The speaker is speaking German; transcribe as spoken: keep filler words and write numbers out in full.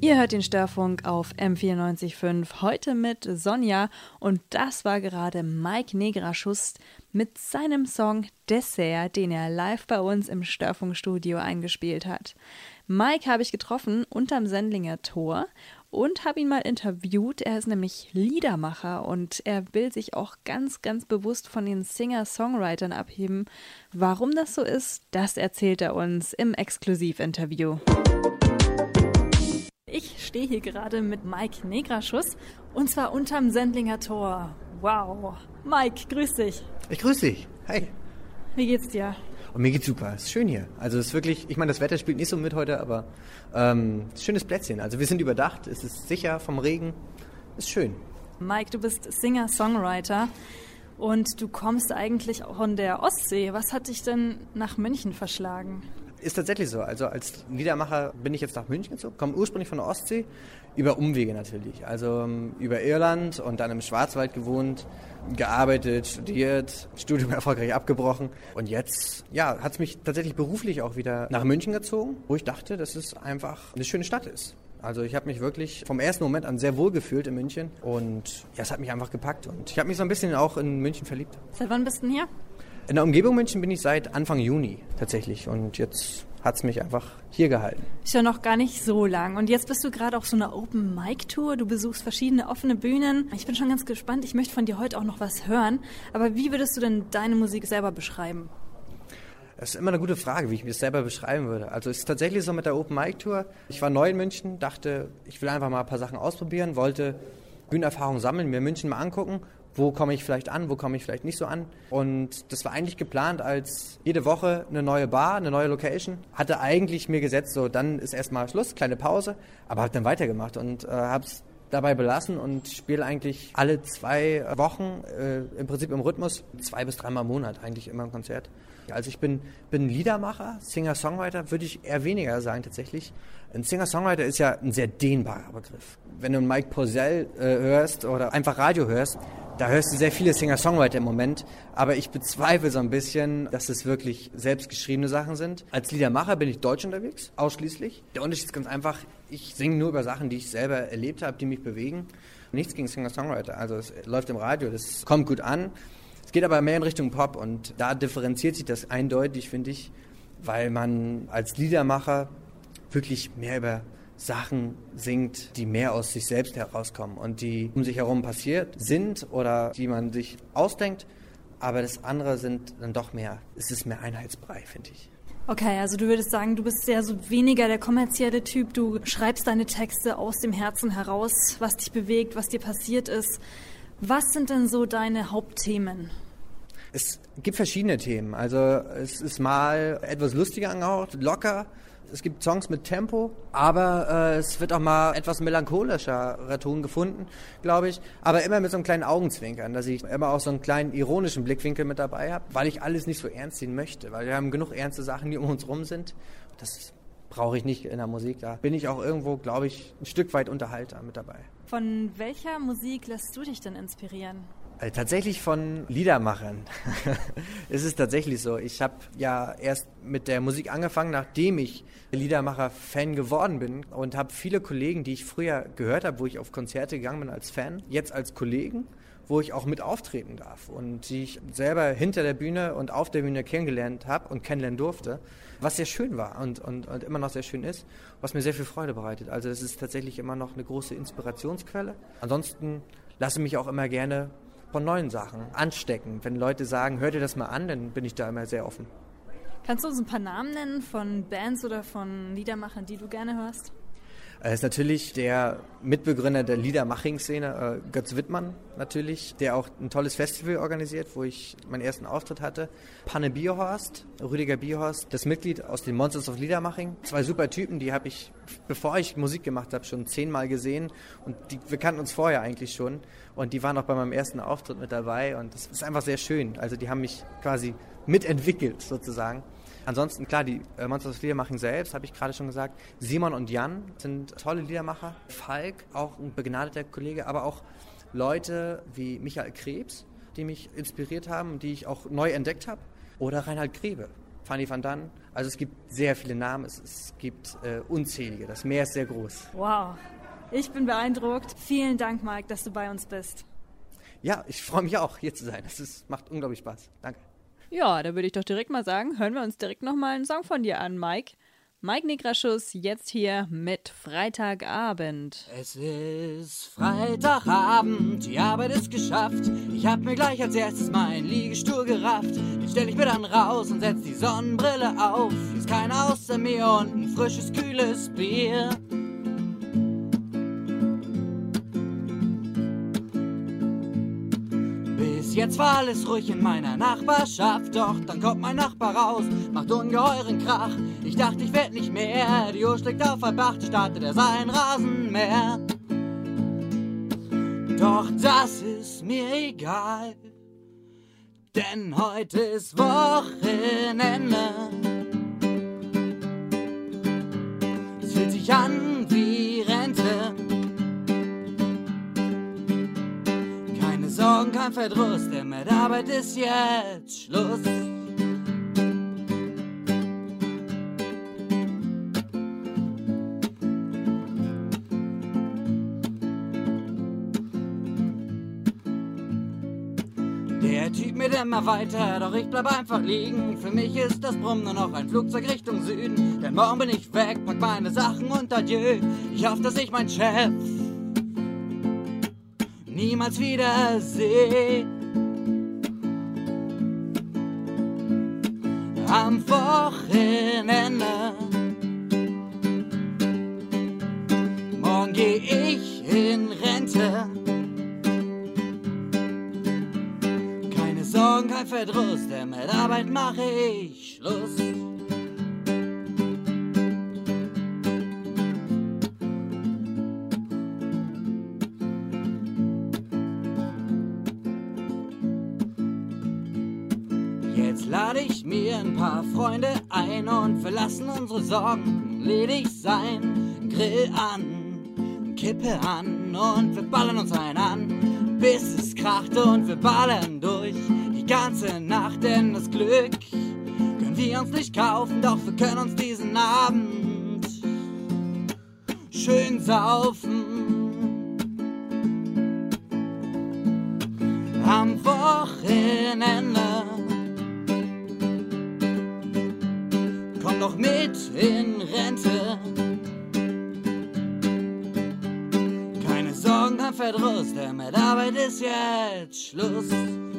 Ihr hört den Störfunk auf M vierundneunzig Komma fünf, heute mit Sonja, und das war gerade Mike Negraschuss mit seinem Song Dessert, den er live bei uns im Störfunkstudio eingespielt hat. Mike habe ich getroffen unterm Sendlinger Tor und habe ihn mal interviewt. Er ist nämlich Liedermacher und er will sich auch ganz, ganz bewusst von den Singer-Songwritern abheben. Warum das so ist, das erzählt er uns im Exklusivinterview. Ich stehe hier gerade mit Mike Negraschuss und zwar unterm Sendlinger Tor. Wow. Mike, grüß dich. Ich grüße dich. Hi. Wie geht's dir? Und mir geht's super. Es ist schön hier. Also es ist wirklich, ich meine, das Wetter spielt nicht so mit heute, aber ähm, es ist ein schönes Plätzchen. Also wir sind überdacht, es ist sicher vom Regen. Ist schön. Mike, du bist Singer-Songwriter und du kommst eigentlich auch von der Ostsee. Was hat dich denn nach München verschlagen? Ist tatsächlich so. Also als Liedermacher bin ich jetzt nach München gezogen, komme ursprünglich von der Ostsee, über Umwege natürlich. Also um, über Irland und dann im Schwarzwald gewohnt, gearbeitet, studiert, Studium erfolgreich abgebrochen. Und jetzt ja, hat es mich tatsächlich beruflich auch wieder nach München gezogen, wo ich dachte, dass es einfach eine schöne Stadt ist. Also ich habe mich wirklich vom ersten Moment an sehr wohl gefühlt in München und ja, es hat mich einfach gepackt. Und ich habe mich so ein bisschen auch in München verliebt. Seit wann bist du denn hier? In der Umgebung München bin ich seit Anfang Juni tatsächlich und jetzt hat es mich einfach hier gehalten. Ist ja noch gar nicht so lang und jetzt bist du gerade auf so einer Open-Mic-Tour, du besuchst verschiedene offene Bühnen. Ich bin schon ganz gespannt, ich möchte von dir heute auch noch was hören, aber wie würdest du denn deine Musik selber beschreiben? Das ist immer eine gute Frage, wie ich mir das selber beschreiben würde. Also es ist tatsächlich so mit der Open-Mic-Tour, ich war neu in München, dachte, ich will einfach mal ein paar Sachen ausprobieren, wollte Bühnenerfahrung sammeln, mir München mal angucken. Wo komme ich vielleicht an, wo komme ich vielleicht nicht so an. Und das war eigentlich geplant als jede Woche eine neue Bar, eine neue Location. Hatte eigentlich mir gesetzt, so dann ist erstmal Schluss, kleine Pause, aber habe dann weitergemacht und äh, habe es dabei belassen und spiele eigentlich alle zwei Wochen, äh, im Prinzip im Rhythmus, zwei bis dreimal im Monat eigentlich immer ein Konzert. Also ich bin, bin Liedermacher, Singer-Songwriter würde ich eher weniger sagen tatsächlich. Ein Singer-Songwriter ist ja ein sehr dehnbarer Begriff. Wenn du Mike Posell äh, hörst oder einfach Radio hörst, da hörst du sehr viele Singer-Songwriter im Moment, aber ich bezweifle so ein bisschen, dass es wirklich selbstgeschriebene Sachen sind. Als Liedermacher bin ich deutsch unterwegs, ausschließlich. Der Unterschied ist ganz einfach, ich singe nur über Sachen, die ich selber erlebt habe, die mich bewegen. Nichts gegen Singer-Songwriter, also es läuft im Radio, das kommt gut an. Es geht aber mehr in Richtung Pop und da differenziert sich das eindeutig, finde ich, weil man als Liedermacher wirklich mehr über Sachen singt, die mehr aus sich selbst herauskommen und die um sich herum passiert sind oder die man sich ausdenkt, aber das andere sind dann doch mehr, es ist mehr Einheitsbrei, finde ich. Okay, also du würdest sagen, du bist sehr so weniger der kommerzielle Typ, du schreibst deine Texte aus dem Herzen heraus, was dich bewegt, was dir passiert ist. Was sind denn so deine Hauptthemen? Es gibt verschiedene Themen, also es ist mal etwas lustiger angehaucht, locker. Es gibt Songs mit Tempo, aber äh, es wird auch mal etwas melancholischerer Ton gefunden, glaube ich. Aber immer mit so einem kleinen Augenzwinkern, dass ich immer auch so einen kleinen ironischen Blickwinkel mit dabei habe, weil ich alles nicht so ernst sehen möchte. Weil wir haben genug ernste Sachen, die um uns rum sind. Das brauche ich nicht in der Musik. Da bin ich auch irgendwo, glaube ich, ein Stück weit Unterhalter mit dabei. Von welcher Musik lässt du dich denn inspirieren? Tatsächlich von Liedermachern. Es ist tatsächlich so. Ich habe ja erst mit der Musik angefangen, nachdem ich Liedermacher-Fan geworden bin und habe viele Kollegen, die ich früher gehört habe, wo ich auf Konzerte gegangen bin als Fan, jetzt als Kollegen, wo ich auch mit auftreten darf und die ich selber hinter der Bühne und auf der Bühne kennengelernt habe und kennenlernen durfte, was sehr schön war und, und, und immer noch sehr schön ist, was mir sehr viel Freude bereitet. Also es ist tatsächlich immer noch eine große Inspirationsquelle. Ansonsten lasse ich mich auch immer gerne von neuen Sachen anstecken. Wenn Leute sagen, hör dir das mal an, dann bin ich da immer sehr offen. Kannst du uns ein paar Namen nennen von Bands oder von Liedermachern, die du gerne hörst? Er ist natürlich der Mitbegründer der Liedermaching-Szene, äh, Götz Wittmann natürlich, der auch ein tolles Festival organisiert, wo ich meinen ersten Auftritt hatte. Panne Bierhorst, Rüdiger Bierhorst, das Mitglied aus den Monsters of Liedermaching. Zwei super Typen, die habe ich, bevor ich Musik gemacht habe, schon zehnmal gesehen. Und die, wir kannten uns vorher eigentlich schon. Und die waren auch bei meinem ersten Auftritt mit dabei. Und das ist einfach sehr schön. Also die haben mich quasi mitentwickelt sozusagen. Ansonsten, klar, die äh, Monsters of Liedermaching selbst, habe ich gerade schon gesagt. Simon und Jan sind tolle Liedermacher. Falk, auch ein begnadeter Kollege, aber auch Leute wie Michael Krebs, die mich inspiriert haben, die ich auch neu entdeckt habe. Oder Reinhard Grebe, Fanny van Dann. Also es gibt sehr viele Namen, es, es gibt äh, unzählige. Das Meer ist sehr groß. Wow, ich bin beeindruckt. Vielen Dank, Mike, dass du bei uns bist. Ja, ich freue mich auch, hier zu sein. Es ist, macht unglaublich Spaß. Danke. Ja, da würde ich doch direkt mal sagen, hören wir uns direkt nochmal einen Song von dir an, Mike. Mike Negraschuss jetzt hier mit Freitagabend. Es ist Freitagabend, die Arbeit ist geschafft. Ich hab mir gleich als erstes meinen Liegestuhl gerafft. Den stell ich mir dann raus und setz die Sonnenbrille auf. Hier ist keiner außer mir und ein frisches, kühles Bier. Bis jetzt war alles ruhig in meiner Nachbarschaft, doch dann kommt mein Nachbar raus, macht ungeheuren Krach. Ich dachte, ich werd nicht mehr, die Uhr schlägt auf halb acht, startet er sein Rasenmäher. Doch das ist mir egal, denn heute ist Wochenende. Es fühlt sich an wie Rente. Sorgen, kein Verdruss, denn mit Arbeit ist jetzt Schluss. Der Typ mit immer weiter, doch ich bleib einfach liegen. Für mich ist das Brummen nur noch ein Flugzeug Richtung Süden. Denn morgen bin ich weg, pack meine Sachen und adieu. Ich hoffe, dass ich mein Chef niemals wiederseh. Am Wochenende morgen geh ich in Rente. Keine Sorgen, kein Verdruss, denn mit Arbeit mache ich Schluss. Jetzt lade ich mir ein paar Freunde ein und wir lassen unsere Sorgen ledig sein. Grill an, Kippe an und wir ballern uns einen an, bis es kracht und wir ballern durch die ganze Nacht. Denn das Glück können wir uns nicht kaufen, doch wir können uns diesen Abend schön saufen. Am Wochenende komm doch mit in Rente. Keine Sorgen, kein Verdruss, denn mit Arbeit ist jetzt Schluss.